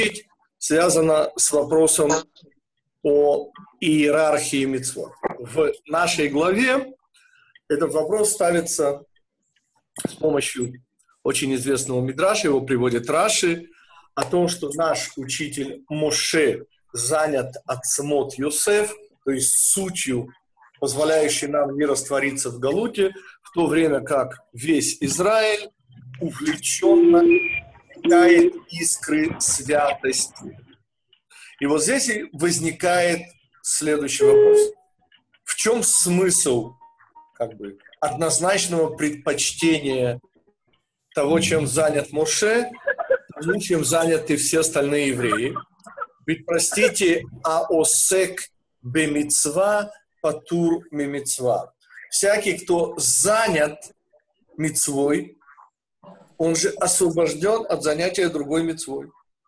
связано с вопросом о иерархии мицвот. В нашей главе этот вопрос ставится с помощью очень известного мидраша, его приводит Раши, о том, что наш учитель Моше занят ацмот Йосеф, то есть сутью, позволяющей нам не раствориться в галуте, в то время как весь Израиль увлеченно питает искры святости. И вот здесь и возникает следующий вопрос. В чем смысл однозначного предпочтения того, чем занят Моше, тому, чем заняты все остальные евреи? Ведь, простите, аосек бемицва патур мимицва. Всякий, кто занят мицвой, он же освобожден от занятия другой мицвой.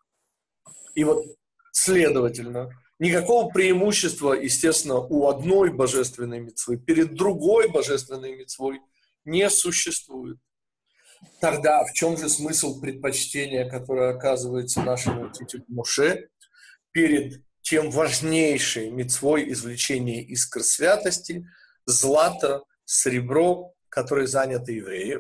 И вот, следовательно, никакого преимущества, естественно, у одной божественной мицвы перед другой божественной мицвой не существует. Тогда в чем же смысл предпочтения, которое оказывается нашему учителю Моше перед тем важнейшей мицвой извлечения искр святости, злато, серебро, которые заняты евреи?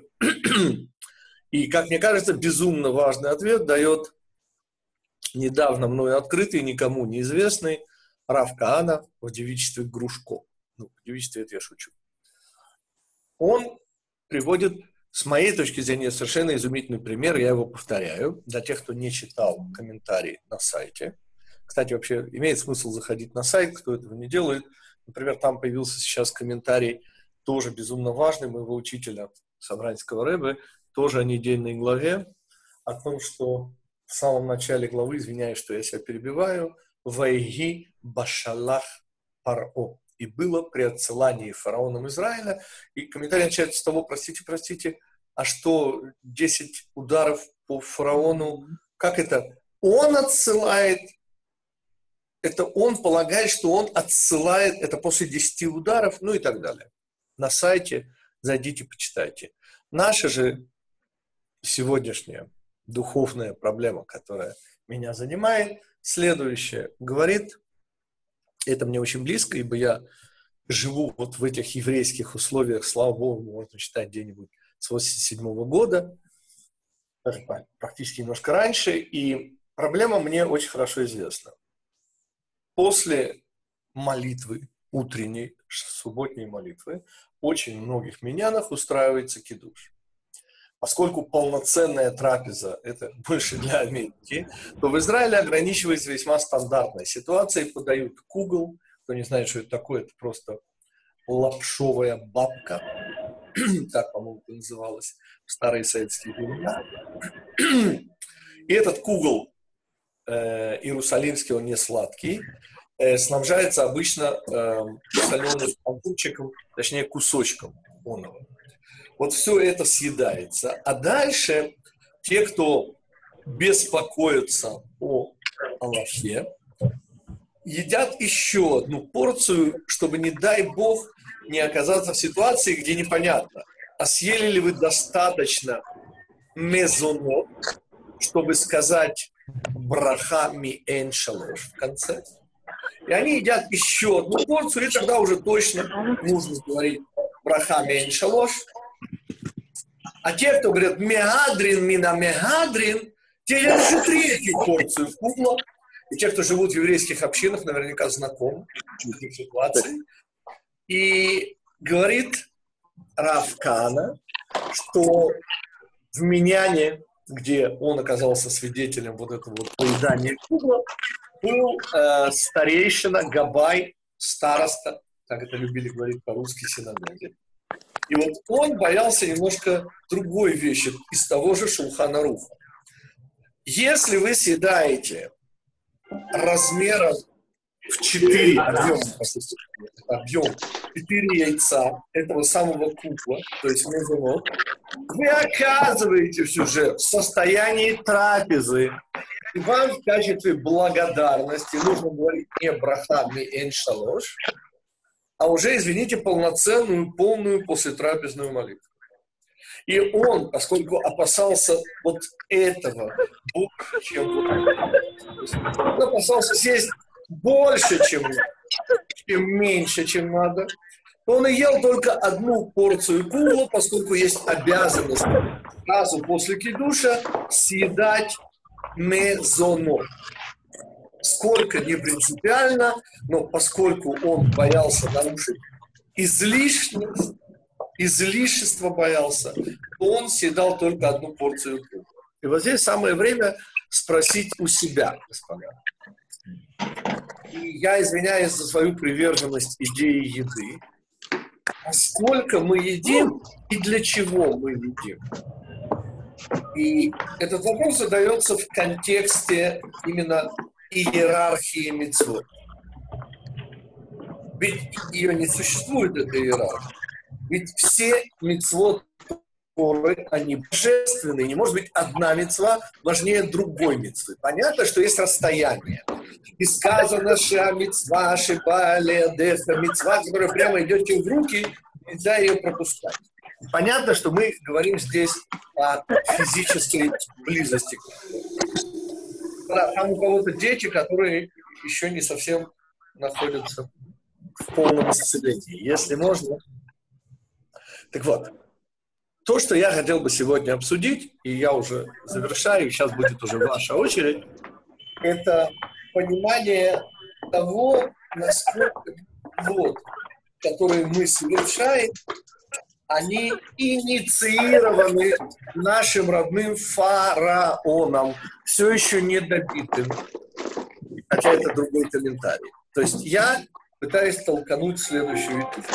И, как мне кажется, безумно важный ответ дает недавно мною открытый, никому неизвестный Рав Каана в девичестве Грушко. В девичестве это я шучу. Он приводит, с моей точки зрения, совершенно изумительный пример, я его повторяю, для тех, кто не читал комментарии на сайте. Кстати, вообще имеет смысл заходить на сайт, кто этого не делает. Например, там появился сейчас комментарий, тоже безумно важный, моего учителя Собранского Ребе, тоже о недельной главе, о том, что в самом начале главы, извиняюсь, что я себя перебиваю, «Вайги башалах паро». И было при отсылании фараоном Израиля. И комментарий начинается с того, простите, а что 10 ударов по фараону, как это? Он отсылает, это он полагает, что он отсылает, это после 10 ударов, ну и так далее. На сайте зайдите, почитайте. Наша же сегодняшняя духовная проблема, которая меня занимает, следующее. Говорит, это мне очень близко, ибо я живу вот в этих еврейских условиях, слава Богу, можно считать где-нибудь с 1987 года, даже практически немножко раньше, и проблема мне очень хорошо известна. После молитвы, утренней, субботней молитвы, очень многих миньянах устраивается кидуш. Поскольку полноценная трапеза – это больше для Америки, то в Израиле ограничивается весьма стандартной ситуацией. Подают кугл. Кто не знает, что это такое, это просто лапшовая бабка. Так, по-моему, это называлось в старые советские времена. И этот кугл иерусалимский, он не сладкий, снабжается обычно соленым огурчиком, точнее кусочком оного. Вот все это съедается. А дальше те, кто беспокоится о Аллахе, едят еще одну порцию, чтобы, не дай Бог, не оказаться в ситуации, где непонятно, а съели ли вы достаточно мезонот, чтобы сказать браха ми эн шалош в конце. И они едят еще одну порцию, и тогда уже точно нужно говорить браха ми эн шалош. А те, кто говорят мегадрин, мина мегадрин, те едят еще третью порцию кугла. И те, кто живут в еврейских общинах, наверняка знакомы с этих ситуацией. И говорит Рав Каана, что в Миньяне, где он оказался свидетелем вот этого вот поедания кугла, был старейшина, габай, староста, так это любили говорить по-русски, синагоги. И вот он боялся немножко другой вещи из того же Шулхан Аруха. Если вы съедаете размера в 4 объем 4 яйца этого самого кукла, то есть мезонот, вы оказываетесь уже в состоянии трапезы. И вам в качестве благодарности нужно говорить не браха ми эн шалош, а уже, извините, полноценную, полную послетрапезную молитву. И он, поскольку опасался вот этого больше, чем То есть, он опасался съесть больше, чем меньше, чем надо. Он и ел только одну порцию кугла, поскольку есть обязанность сразу после кидуша съедать мезонот. Сколько не принципиально, но поскольку он боялся нарушить излишество боялся, то он съедал только одну порцию кугла. И вот здесь самое время спросить у себя, господа. И я извиняюсь за свою приверженность идее еды. А сколько мы едим и для чего мы едим? И этот вопрос задается в контексте именно иерархии мицвот. Ведь ее не существует, этой иерархии. Ведь все мицвот, они божественные. Не может быть одна мицва важнее другой мицвы. Понятно, что есть расстояние. И сказано, ша мицва, шиба, леодеха, мицва, которая прямо идет тебе в руки, нельзя ее пропускать. Понятно, что мы говорим здесь о физической близости. Там у кого-то дети, которые еще не совсем находятся в полном исцелении. Если можно. Так вот, то, что я хотел бы сегодня обсудить, и я уже завершаю, сейчас будет уже ваша очередь, это понимание того, насколько вот, которые мы совершаем, они инициированы нашим родным фараоном, все еще не добитым, хотя это другой комментарий. То есть я пытаюсь толкануть следующую идею.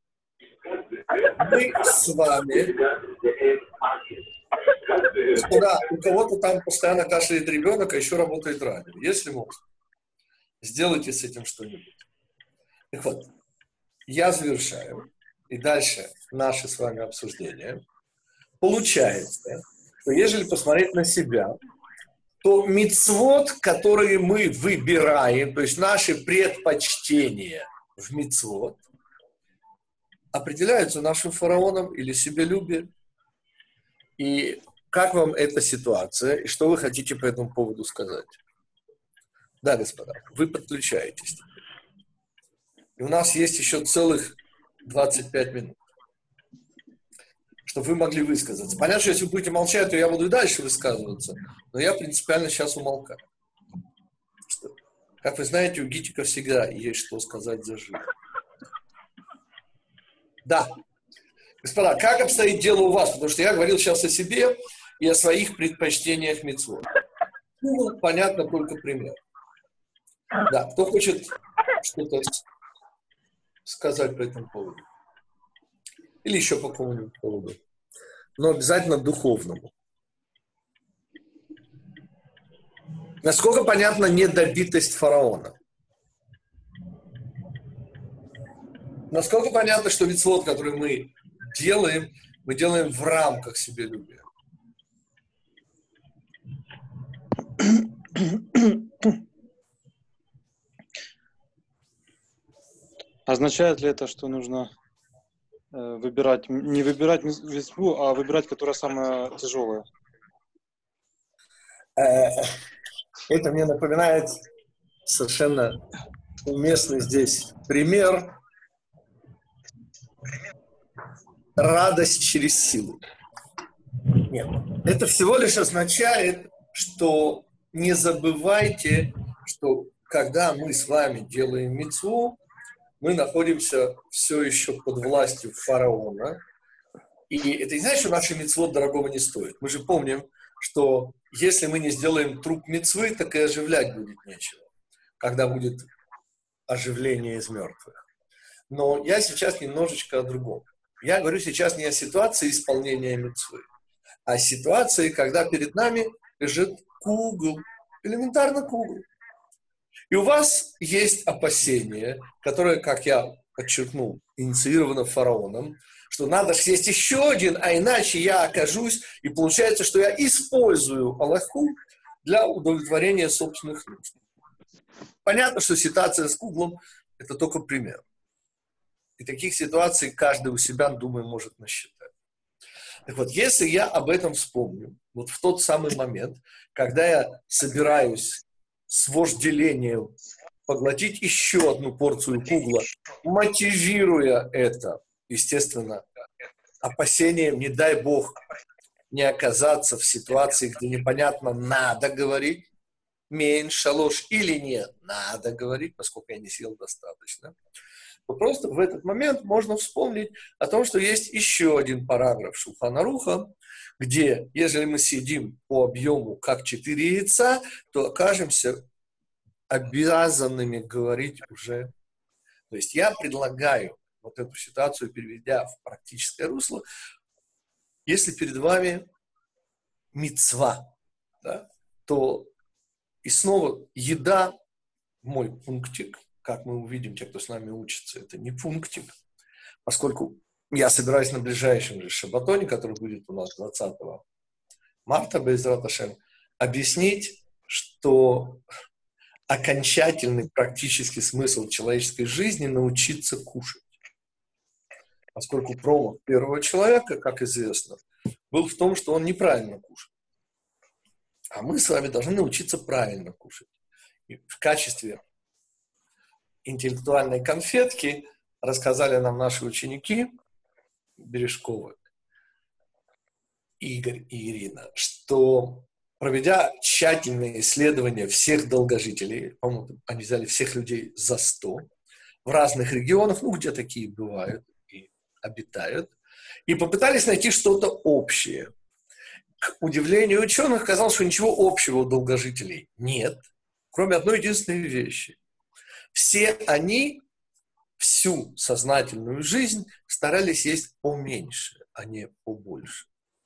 Мы с вами, когда у кого-то там постоянно кашляет ребенок, а еще работает радио, если можно, сделайте с этим что-нибудь. Так вот, я завершаю. И дальше наше с вами обсуждение. Получается, что если посмотреть на себя, то мицвот, которые мы выбираем, то есть наши предпочтения в мицвот, определяются нашим фараоном или себялюбием. И как вам эта ситуация, и что вы хотите по этому поводу сказать? Да, господа, вы подключаетесь. И у нас есть еще целых 25 минут, чтобы вы могли высказаться. Понятно, что если вы будете молчать, то я буду и дальше высказываться, но я принципиально сейчас умолкаю. Что, как вы знаете, у гитиков всегда есть что сказать за жизнь. Да. Господа, как обстоит дело у вас? Потому что я говорил сейчас о себе и о своих предпочтениях мицвот. Ну, понятно, только пример. Да, кто хочет что-то сказать по этому поводу? Или еще по какому-нибудь поводу. Но обязательно духовному. Насколько понятна недобитость фараона? Насколько понятно, что мицвот, который мы делаем в рамках себялюбия? Означает ли это, что нужно выбирать, не выбирать мицву, а выбирать, которая самая тяжелая? Это мне напоминает совершенно уместный здесь пример. Радость через силу. Нет, это всего лишь означает, что не забывайте, что когда мы с вами делаем мицву, мы находимся все еще под властью фараона. И это не значит, что наши мицвот дорогого не стоит. Мы же помним, что если мы не сделаем труп мицвы, так и оживлять будет нечего, когда будет оживление из мертвых. Но я сейчас немножечко о другом. Я говорю сейчас не о ситуации исполнения мицвы, а о ситуации, когда перед нами лежит кугл, элементарно кугл. И у вас есть опасение, которое, как я подчеркнул, инициировано фараоном, что надо съесть еще один, а иначе я окажусь, и получается, что я использую Аллаху для удовлетворения собственных нужд. Понятно, что ситуация с куглом – это только пример. И таких ситуаций каждый у себя, думаю, может насчитать. Так вот, если я об этом вспомню, вот в тот самый момент, когда я собираюсь с вожделением поглотить еще одну порцию пугла, мотивируя это, естественно, опасением, не дай Бог, не оказаться в ситуации, где непонятно, надо говорить меньше ложь или нет, надо говорить, поскольку я не съел достаточно. То просто в этот момент можно вспомнить о том, что есть еще один параграф Шулхан Аруха, где, если мы съедим по объему как 4 яйца, то окажемся обязанными говорить уже. То есть я предлагаю вот эту ситуацию, переведя в практическое русло, если перед вами мицва, да, то и снова еда, мой пунктик, как мы увидим, те, кто с нами учится, это не пунктик, поскольку я собираюсь на ближайшем же шабатоне, который будет у нас 20 марта, Бейзрат Ашем, объяснить, что окончательный практический смысл человеческой жизни — научиться кушать. Поскольку промах первого человека, как известно, был в том, что он неправильно кушал. А мы с вами должны научиться правильно кушать. И в качестве интеллектуальной конфетки рассказали нам наши ученики Бережковы, Игорь и Ирина, что, проведя тщательные исследования всех долгожителей, по-моему, они взяли всех людей за 100, в разных регионах, ну, где такие бывают и обитают, и попытались найти что-то общее. К удивлению ученых, оказалось, что ничего общего у долгожителей нет, кроме одной единственной вещи. Все они всю сознательную жизнь старались есть поменьше, а не побольше.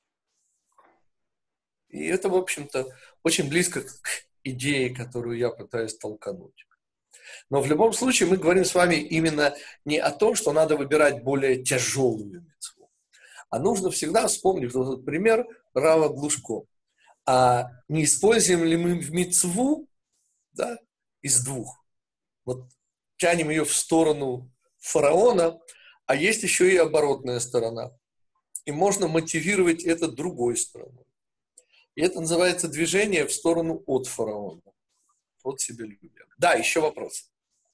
И это, в общем-то, очень близко к идее, которую я пытаюсь толкануть. Но в любом случае мы говорим с вами именно не о том, что надо выбирать более тяжелую мицву, а нужно всегда вспомнить вот этот пример Рава Глушко. А не используем ли мы в мицву, да, из двух? Вот тянем ее в сторону фараона, а есть еще и оборотная сторона. И можно мотивировать это другой стороной. И это называется движение в сторону от фараона, от себялюбия. Да, еще вопрос.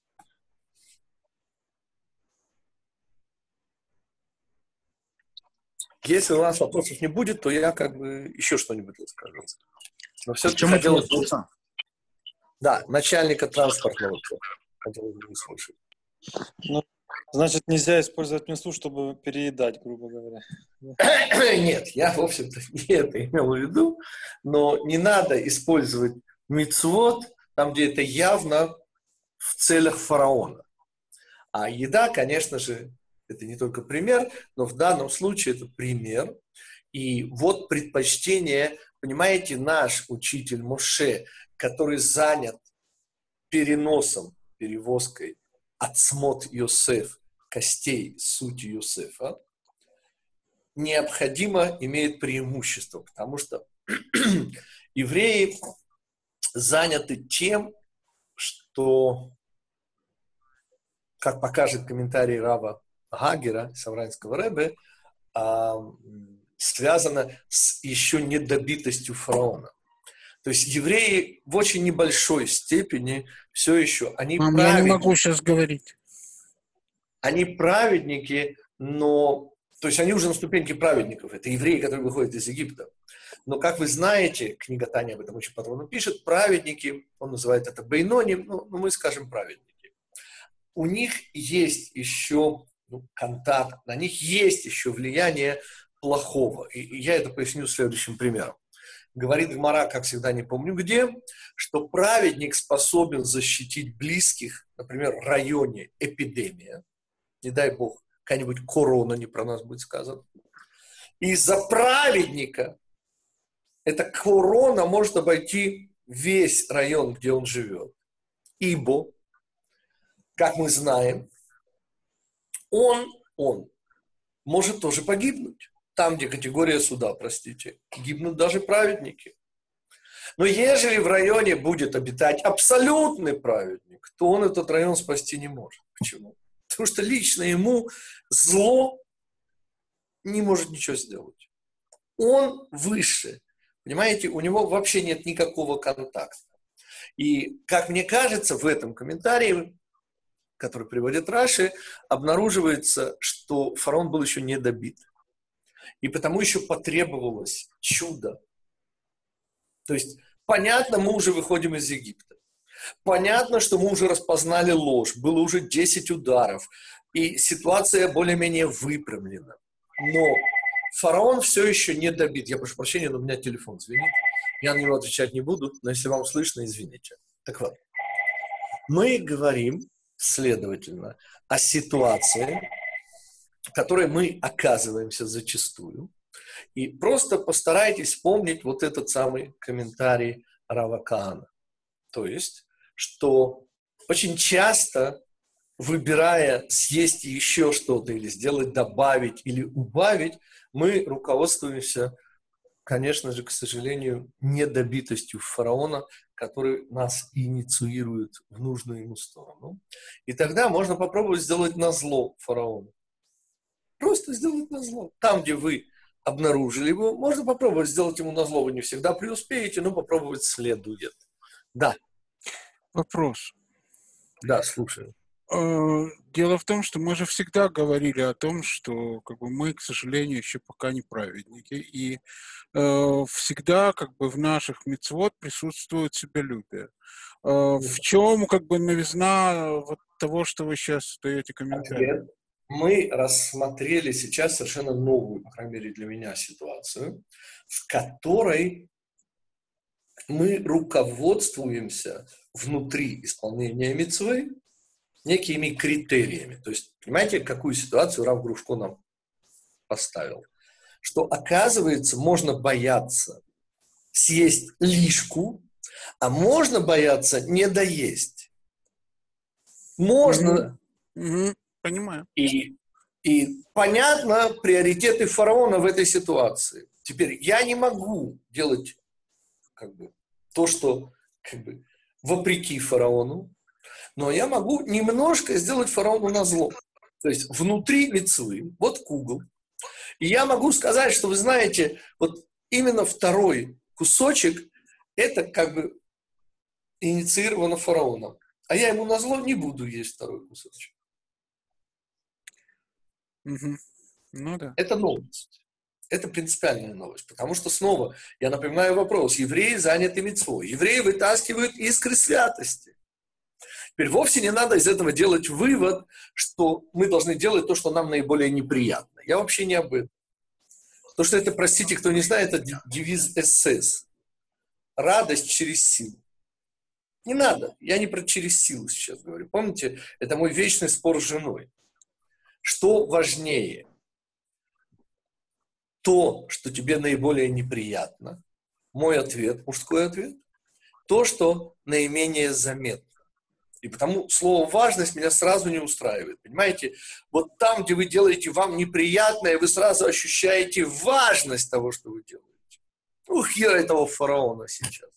Если у нас вопросов не будет, то я как бы еще что-нибудь расскажу. Но все-таки хотел... Да, начальника транспортного хотел бы услышать. Ну, значит, нельзя использовать мицву, чтобы переедать, грубо говоря. Нет, я, в общем-то, не это имел в виду, но не надо использовать мицвот там, где это явно в целях фараона. А еда, конечно же, это не только пример, но в данном случае это пример. И вот предпочтение, понимаете, наш учитель Моше, который занят переносом, перевозкой ацмот Йосеф, костей сути Йосефа, необходимо имеет преимущество, потому что евреи заняты тем, что, как покажет комментарий Рава Гагера, Савранского Ребе, связано с еще недобитостью фараона. То есть евреи в очень небольшой степени все еще, они праведники. Я не могу сейчас говорить. Они праведники, но... То есть они уже на ступеньке праведников. Это евреи, которые выходят из Египта. Но, как вы знаете, книга Таня об этом очень подробно пишет, праведники, он называет это бейноним, ну мы скажем праведники. У них есть еще контакт, на них есть еще влияние плохого. И я это поясню следующим примером. Говорит Гмара, как всегда, не помню где, что праведник способен защитить близких, например, в районе эпидемия, не дай бог, какая-нибудь корона не про нас будет сказано. Из-за праведника эта корона может обойти весь район, где он живет. Ибо, как мы знаем, он может тоже погибнуть. Там, где категория суда, простите, гибнут даже праведники. Но ежели в районе будет обитать абсолютный праведник, то он этот район спасти не может. Почему? Потому что лично ему зло не может ничего сделать. Он выше. Понимаете, у него вообще нет никакого контакта. И, как мне кажется, в этом комментарии, который приводит Раши, обнаруживается, что фараон был еще не добит. И потому еще потребовалось чудо. То есть, понятно, мы уже выходим из Египта. Понятно, что мы уже распознали ложь. Было уже 10 ударов. И ситуация более-менее выправлена. Но фараон все еще не добит. Я прошу прощения, но у меня телефон звенит. Я на него отвечать не буду, но если вам слышно, извините. Так вот, мы говорим, следовательно, о ситуации, в которой мы оказываемся зачастую. И просто постарайтесь вспомнить вот этот самый комментарий Рава Каана. То есть, что очень часто, выбирая съесть еще что-то или сделать, добавить или убавить, мы руководствуемся, конечно же, к сожалению, недобитостью фараона, который нас инициирует в нужную ему сторону. И тогда можно попробовать сделать назло фараону. Просто сделать назло. Там, где вы обнаружили его, можно попробовать сделать ему назло. Вы не всегда преуспеете, но попробовать следует. Да. Вопрос. Да, слушаю. Дело в том, что мы же всегда говорили о том, что как бы, мы, к сожалению, еще пока не праведники. И всегда как бы, в наших мицвот присутствует себялюбие. В чем как бы новизна вот того, что вы сейчас даете комментарий? Ответ. Мы рассмотрели сейчас совершенно новую, по крайней мере для меня, ситуацию, в которой мы руководствуемся внутри исполнения мицвы некими критериями. То есть, понимаете, какую ситуацию Рав Грушко нам поставил? Что, оказывается, можно бояться съесть лишку, а можно бояться не доесть. Можно. Понимаю. И понятно приоритеты фараона в этой ситуации. Теперь я не могу делать как бы, то, что как бы, вопреки фараону, но я могу немножко сделать фараону назло. То есть внутри мицвы, вот кугл, и я могу сказать, что вы знаете, вот именно второй кусочек, это как бы инициировано фараоном. А я ему назло не буду есть второй кусочек. Ну да. Это новость. Это принципиальная новость. Потому что снова, я напоминаю вопрос, евреи заняты мицвой. Евреи вытаскивают искры святости. Теперь вовсе не надо из этого делать вывод, что мы должны делать то, что нам наиболее неприятно. Я вообще не об этом. То, что это, простите, кто не знает, это девиз СС. Радость через силу. Не надо. Я не про через силу сейчас говорю. Помните, это мой вечный спор с женой. Что важнее? То, что тебе наиболее неприятно. Мой ответ, мужской ответ. То, что наименее заметно. И потому слово «важность» меня сразу не устраивает. Понимаете? Вот там, где вы делаете вам неприятное, вы сразу ощущаете важность того, что вы делаете. Хер этого фараона сейчас.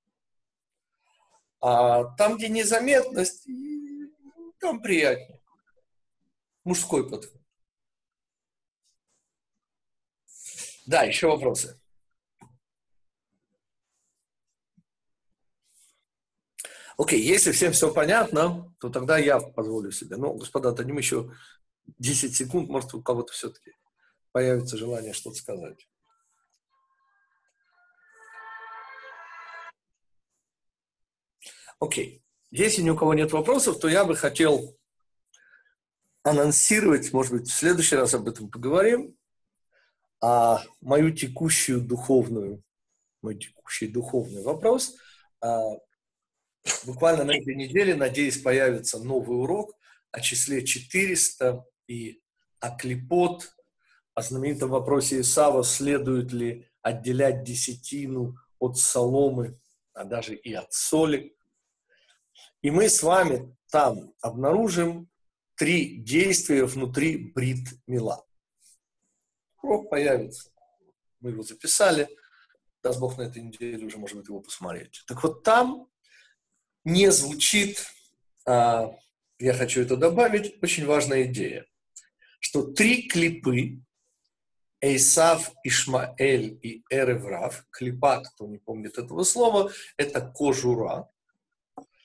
А там, где незаметность, там приятнее. Мужской подход. Да, еще вопросы. Окей, если всем все понятно, то тогда я позволю себе. Ну, господа, дадим еще 10 секунд, может, у кого-то все-таки появится желание что-то сказать. Окей. Если ни у кого нет вопросов, то я бы хотел анонсировать, может быть, в следующий раз об этом поговорим, мой текущий духовный вопрос. Буквально на этой неделе, надеюсь, появится новый урок о числе 400 и о клипот, о знаменитом вопросе Исава, следует ли отделять десятину от соломы, а даже и от соли. И мы с вами там обнаружим 3 действия внутри Брит Мила. Урок появится. Мы его записали. Даст Бог, на этой неделе уже, может быть, его посмотреть. Так вот там не звучит, я хочу это добавить, очень важная идея, что 3 клипы, Эйсав, Ишмаэль и Эреврав, клипа, кто не помнит этого слова, это кожура,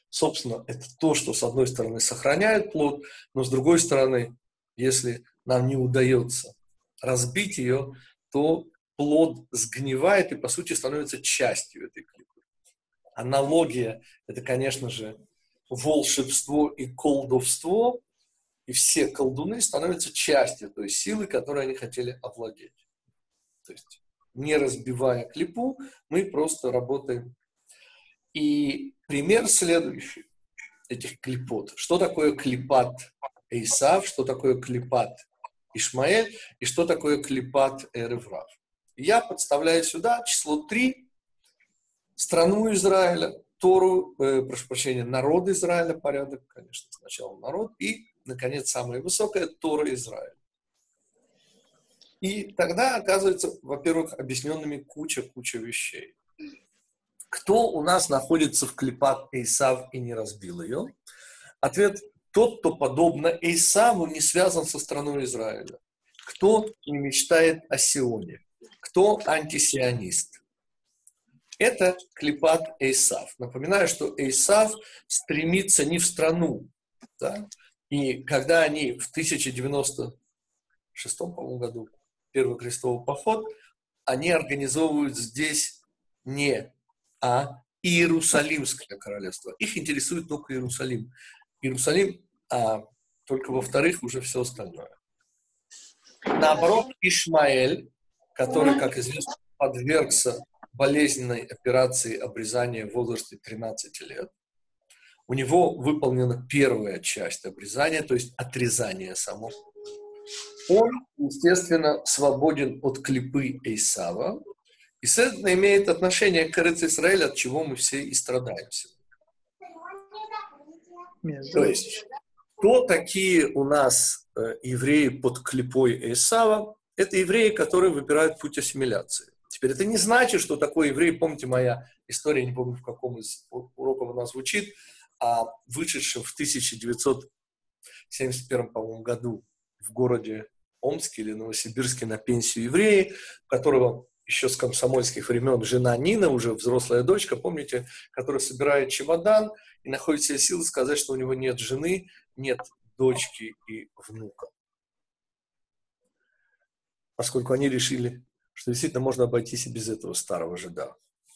Собственно, это то, что, с одной стороны, сохраняет плод, но, с другой стороны, если нам не удается разбить ее, то плод сгнивает и, по сути, становится частью этой клипы. Аналогия – это, конечно же, волшебство и колдовство, и все колдуны становятся частью той силы, которой они хотели овладеть. То есть, не разбивая клипу, мы просто работаем. И пример следующий этих клипот. Что такое клипат Эйсав, что такое клипат Ишмаэль и что такое клипат Эр-Эврав. Я подставляю сюда число 3, страну Израиля, Тору, прошу прощения, народ Израиля, порядок, конечно, сначала народ, и, наконец, самое высокое, Тора Израиля. И тогда оказывается, во-первых, объясненными куча вещей. Кто у нас находится в клипат Эйсав и не разбил ее? Ответ – тот, кто, подобно Эйсаву, не связан со страной Израиля. Кто не мечтает о Сионе? Кто антисионист? Это клипат Эйсав. Напоминаю, что Эйсав стремится не в страну. Да? И когда они в 1096, по-моему, году, первый крестовый поход, они организовывают здесь не Иерусалимское королевство. Их интересует только Иерусалим. Иерусалим, а только во-вторых уже все остальное. Наоборот, Ишмаэль, который, как известно, подвергся болезненной операции обрезания в возрасте 13 лет, у него выполнена первая часть обрезания, то есть отрезание само. Он, естественно, свободен от клипы Эйсава, и, следовательно, имеет отношение к Эрец Исраэль, от чего мы все и страдаем сегодня. То есть, кто такие у нас евреи под клипой Эйсава? Это евреи, которые выбирают путь ассимиляции. Теперь это не значит, что такой еврей, помните, моя история, не помню, в каком из уроков она звучит, о вышедшем в 1971, по-моему, году в городе Омске или Новосибирске на пенсию евреи, у которого еще с комсомольских времен жена Нина, уже взрослая дочка, помните, которая собирает чемодан и находит себе силы сказать, что у него нет жены, нет дочки и внука. Поскольку они решили, что действительно можно обойтись и без этого старого жида.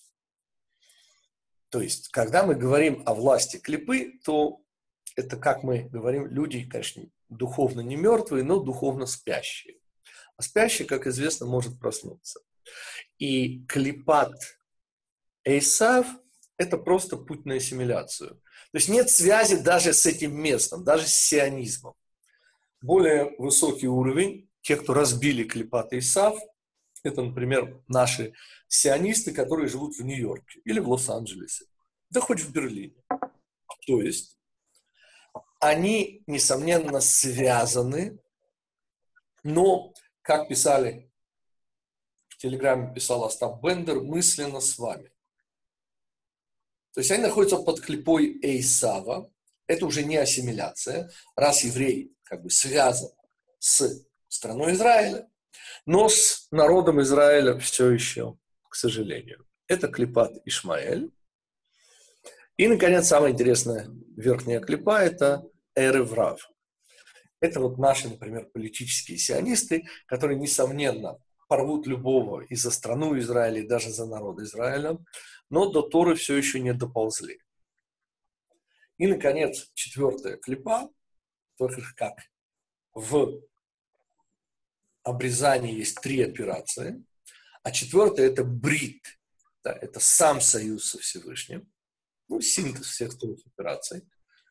То есть, когда мы говорим о власти клипы, то это, как мы говорим, люди, конечно, духовно не мертвые, но духовно спящие. А спящий, как известно, может проснуться. И клипат Эйсав – это просто путь на ассимиляцию. То есть нет связи даже с этим местом, даже с сионизмом. Более высокий уровень, те, кто разбили клипат Эйсав, это, например, наши сионисты, которые живут в Нью-Йорке или в Лос-Анджелесе, да хоть в Берлине. То есть они, несомненно, связаны, но, как писали, в Телеграме писал Остап Бендер, мысленно с вами. То есть они находятся под клипой Эйсава, это уже не ассимиляция, раз еврей как бы связан с страной Израиля, но с народом Израиля все еще, к сожалению. Это клипат Ишмаэль. И, наконец, самая интересная верхняя клипа – это Эр-Эврав. Это вот наши, например, политические сионисты, которые, несомненно, порвут любого и за страну Израиля, и даже за народ Израиля, но до Торы все еще не доползли. И, наконец, четвертая клипа, только как в обрезании есть 3 операции, а четвертая – это брит, да, это сам союз со Всевышним, синтез всех 3 операций.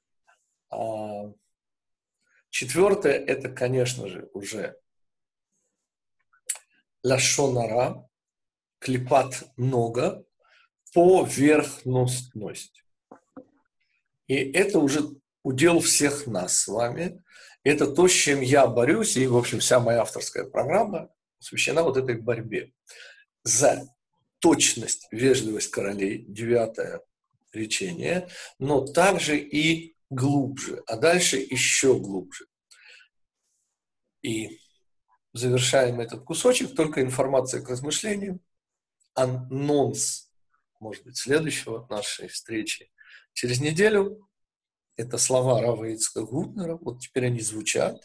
Четвертое – это, конечно же, уже лашон ара, клипат нога, поверхностность. И это уже удел всех нас с вами. Это то, с чем я борюсь, и, в общем, вся моя авторская программа посвящена вот этой борьбе за точность, вежливость королей, 9 речение, но также и глубже, а дальше еще глубже. И завершаем этот кусочек, только информация к размышлению, анонс, может быть, следующего нашей встречи. Через неделю это слова Рава Ицхака Гутнера, вот теперь они звучат.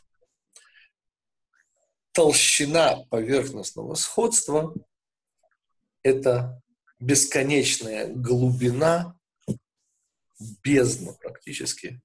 Толщина поверхностного сходства – это бесконечная глубина, бездна практически,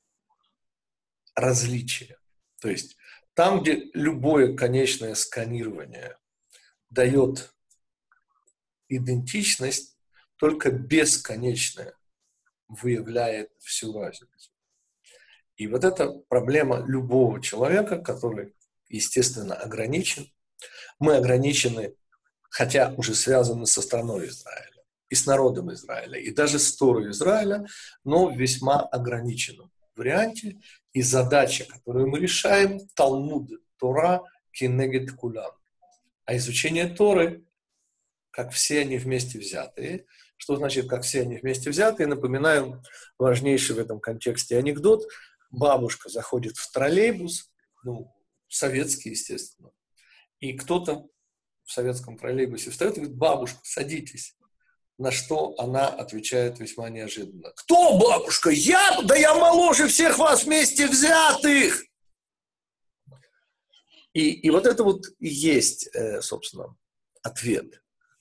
различия. То есть там, где любое конечное сканирование дает идентичность, только бесконечное выявляет всю разницу. И вот это проблема любого человека, который, естественно, ограничен. Мы ограничены, хотя уже связаны со страной Израиля, и с народом Израиля, и даже с Торой Израиля, но в весьма ограниченном варианте. И задача, которую мы решаем, Талмуд Тора кинегет кулам. А изучение Торы, как все они вместе взятые. Что значит, как все они вместе взятые? Напоминаю важнейший в этом контексте анекдот. Бабушка заходит в троллейбус, советский, естественно, и кто-то в советском троллейбусе встает и говорит: бабушка, садитесь. На что она отвечает весьма неожиданно: кто, бабушка? Я? Да я моложе всех вас вместе взятых! И вот это вот и есть, собственно, ответ.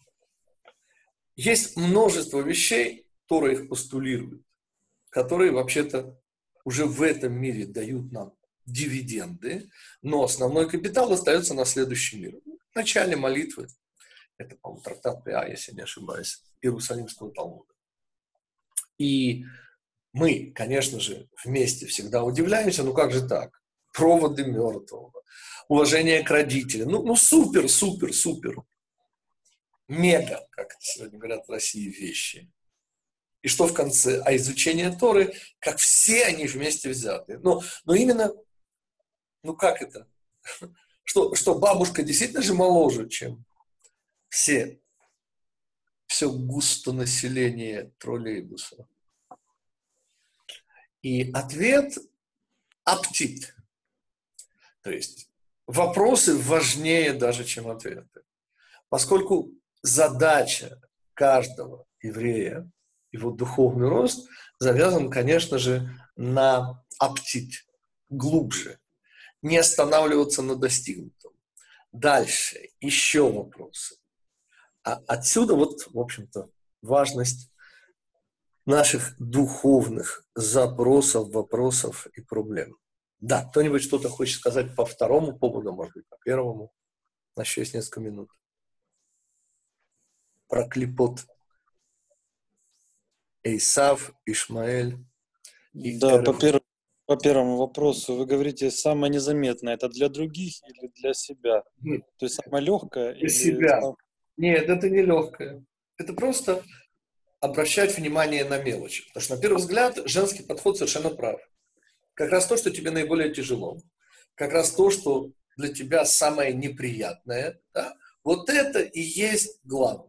Есть множество вещей, Тора их постулирует, которые вообще-то уже в этом мире дают нам дивиденды, но основной капитал остается на следующем мире. В начале молитвы, это, по-моему, трактат Пеа, если не ошибаюсь, Иерусалимского Талмуда. И мы, конечно же, вместе всегда удивляемся, как же так? Проводы мертвого, уважение к родителям, супер, супер, супер. Мега, как сегодня говорят в России, вещи. И что в конце? А изучение Торы, как все они вместе взяты. Но именно, как это? Что бабушка действительно же моложе, чем все густонаселение троллейбуса. И ответ – аптит. То есть вопросы важнее даже, чем ответы. Поскольку задача каждого еврея, его духовный рост, завязан, конечно же, на аптит, глубже, не останавливаться на достигнутом. Дальше еще вопросы. А отсюда в общем-то, важность наших духовных запросов, вопросов и проблем. Да, кто-нибудь что-то хочет сказать по второму поводу, может быть, по первому? У нас еще есть несколько минут. Про клипот. Эйсав, Ишмаэль и Да, Эрев. по первому вопросу вы говорите, самое незаметное, это для других или для себя? Нет, То есть самое легкое для или... себя. Нет, это не легкое. Это просто обращать внимание на мелочи. Потому что, на первый взгляд, женский подход совершенно прав. Как раз то, что тебе наиболее тяжело. Как раз то, что для тебя самое неприятное. Да? Вот это и есть главное.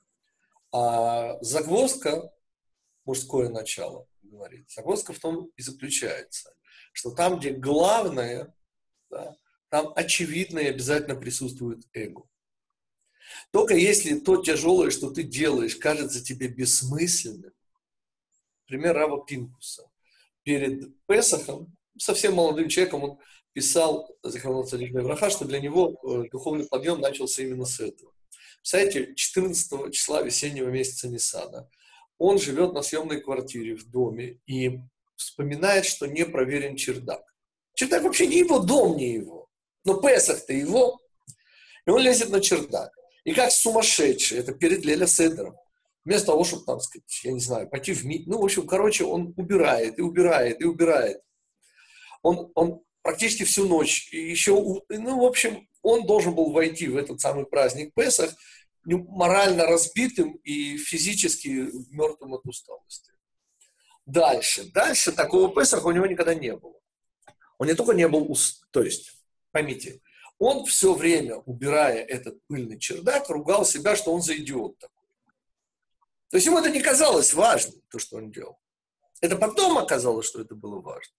А загвоздка, мужское начало, говорит, загвоздка в том и заключается, что там, где главное, да, там очевидно и обязательно присутствует эго. Только если то тяжелое, что ты делаешь, кажется тебе бессмысленным, пример Рава Пинкуса. Перед Песахом, совсем молодым человеком, он писал, Зихроно Цадик Бевраха, что для него духовный подъем начался именно с этого. Представляете, 14 числа весеннего месяца Ниссана он живет на съемной квартире в доме и вспоминает, что не проверен чердак. Чердак вообще не его дом, не его. Но Песах-то его. И он лезет на чердак. И как сумасшедший, это перед Леля Седером, вместо того, чтобы, там, сказать, я не знаю, пойти в МИД, он убирает, и убирает, и убирает. Он практически всю ночь, и еще, он должен был войти в этот самый праздник Песах морально разбитым и физически мертвым от усталости. Дальше такого Песаха у него никогда не было. Он не только не был, то есть, поймите, он все время, убирая этот пыльный чердак, ругал себя, что он за идиот такой. То есть ему это не казалось важным, то, что он делал. Это потом оказалось, что это было важно.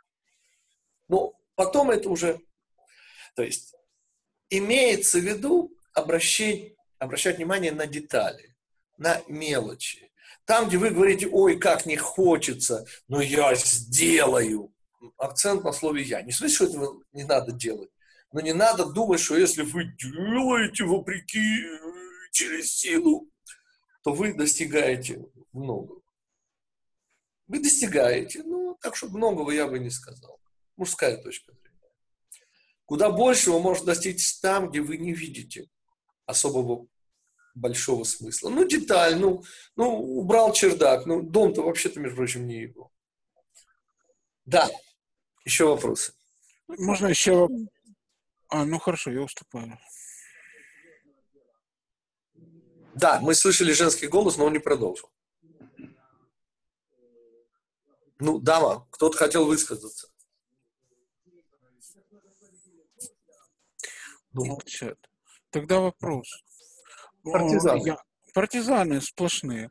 Но потом это уже... То есть имеется в виду обращать внимание на детали, на мелочи. Там, где вы говорите, ой, как не хочется, но я сделаю. Акцент на слове «я». Не в смысле, что этого не надо делать, но не надо думать, что если вы делаете вопреки, через силу, то вы достигаете многого. Вы достигаете, так, чтобы многого я бы не сказал. Мужская точка зрения. Куда больше вы можете достичь там, где вы не видите особого большого смысла. Деталь, убрал чердак, дом-то вообще-то, между прочим, не его. Да, еще вопросы. Можно еще... хорошо, я уступаю. Да, мы слышали женский голос, но он не продолжил. Дама, кто-то хотел высказаться. Молчат. Тогда вопрос. Партизаны. Партизаны сплошные.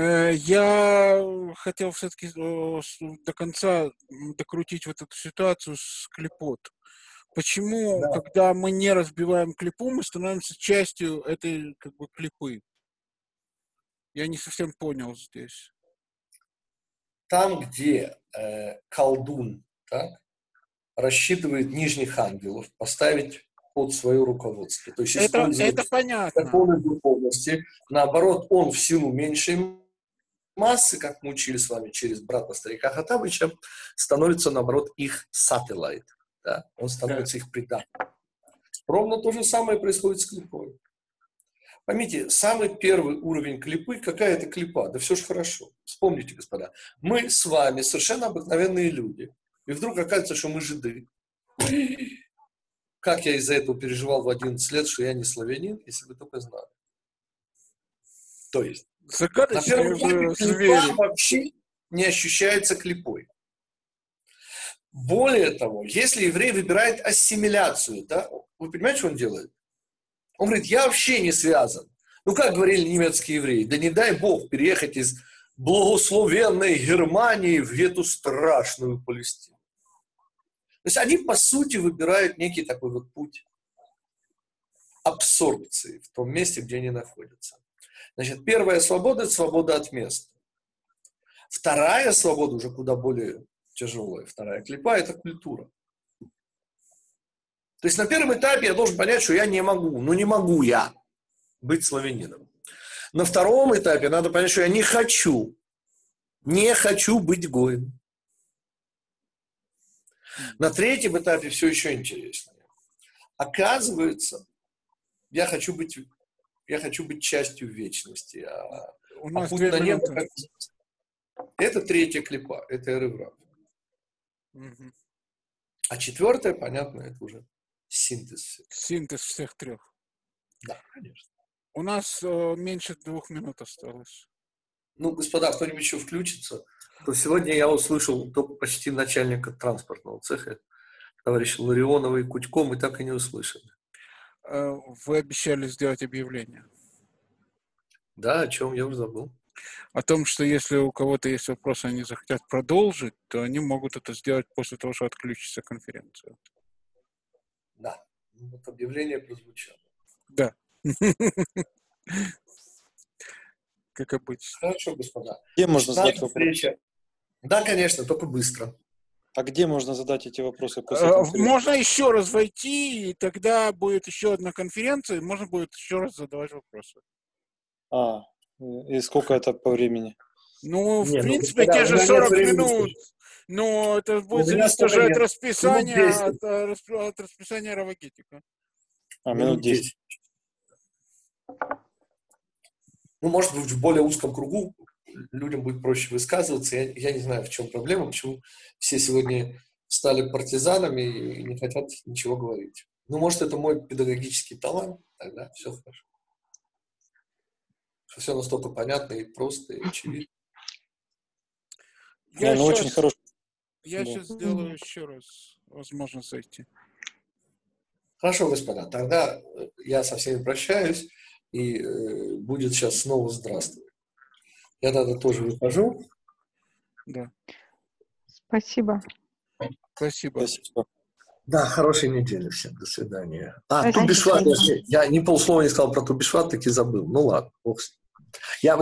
Я хотел все-таки до конца докрутить вот эту ситуацию с клипот. Почему, когда мы не разбиваем клипу, мы становимся частью этой клипы? Я не совсем понял здесь. Там, где колдун рассчитывает нижних ангелов поставить под свое руководство. То есть это понятно. Законы духовности. Наоборот, он в силу меньшей массы, как мы учили с вами через брата старика Хаттабыча, становится, наоборот, их сателлайт. Да? Он становится их преданным. Ровно то же самое происходит с клипой. Поймите, самый первый уровень клипы, какая это клипа? Да все же хорошо. Вспомните, господа, мы с вами совершенно обыкновенные люди. И вдруг оказывается, что мы жиды. Как я из-за этого переживал в 11 лет, что я не славянин, если вы только знали. То есть, на первом этапе клипа вообще не ощущается клипой. Более того, если еврей выбирает ассимиляцию, вы понимаете, что он делает? Он говорит, я вообще не связан. Как говорили немецкие евреи, да не дай Бог переехать из благословенной Германии в эту страшную Палестину. То есть они, по сути, выбирают некий такой вот путь абсорбции в том месте, где они находятся. Значит, первая свобода – это свобода от места. Вторая свобода, уже куда более тяжелая, вторая клипа – это культура. То есть на первом этапе я должен понять, что я не могу, не могу я быть славянином. На втором этапе надо понять, что я не хочу быть гоем. На третьем этапе все еще интереснее. Оказывается, я хочу быть частью вечности. У нас 2 минуты. Это третья клипа, это эреврав. А четвертая, понятно, это уже синтез. Синтез всех 3. Да, конечно. У нас меньше 2 минут осталось. Господа, кто-нибудь еще включится, то сегодня я услышал только почти начальника транспортного цеха, товарища Ларионова и Кутько, мы так и не услышали. Вы обещали сделать объявление. Да, о чем я уже забыл. О том, что если у кого-то есть вопросы, они захотят продолжить, то они могут это сделать после того, что отключится конференция. Да, объявление прозвучало. Да. Как обычно. Хорошо, господа. Где можно задать вопросы? Да, конечно, только быстро. А где можно задать эти вопросы после конференции? Можно еще раз войти, и тогда будет еще одна конференция, и можно будет еще раз задавать вопросы. И сколько это по времени? В принципе, те же 40 минут. Но это будет зависеть уже от расписания, от расписания Равагетика. Минут 10. Может быть, в более узком кругу людям будет проще высказываться. Я не знаю, в чем проблема, почему все сегодня стали партизанами и не хотят ничего говорить. Может, это мой педагогический талант, тогда все хорошо. Что все настолько понятно и просто, и очевидно. Очень хорошо. Я сейчас сделаю еще раз возможность зайти. Хорошо, господа, тогда я со всеми прощаюсь, и будет сейчас снова здравствуй. Я тогда тоже выхожу. Да. Спасибо. Спасибо. Да, хорошей недели всем. До свидания. Спасибо. Тубишват. Я ни полслова не сказал про Тубишват, таки забыл. Ладно. Я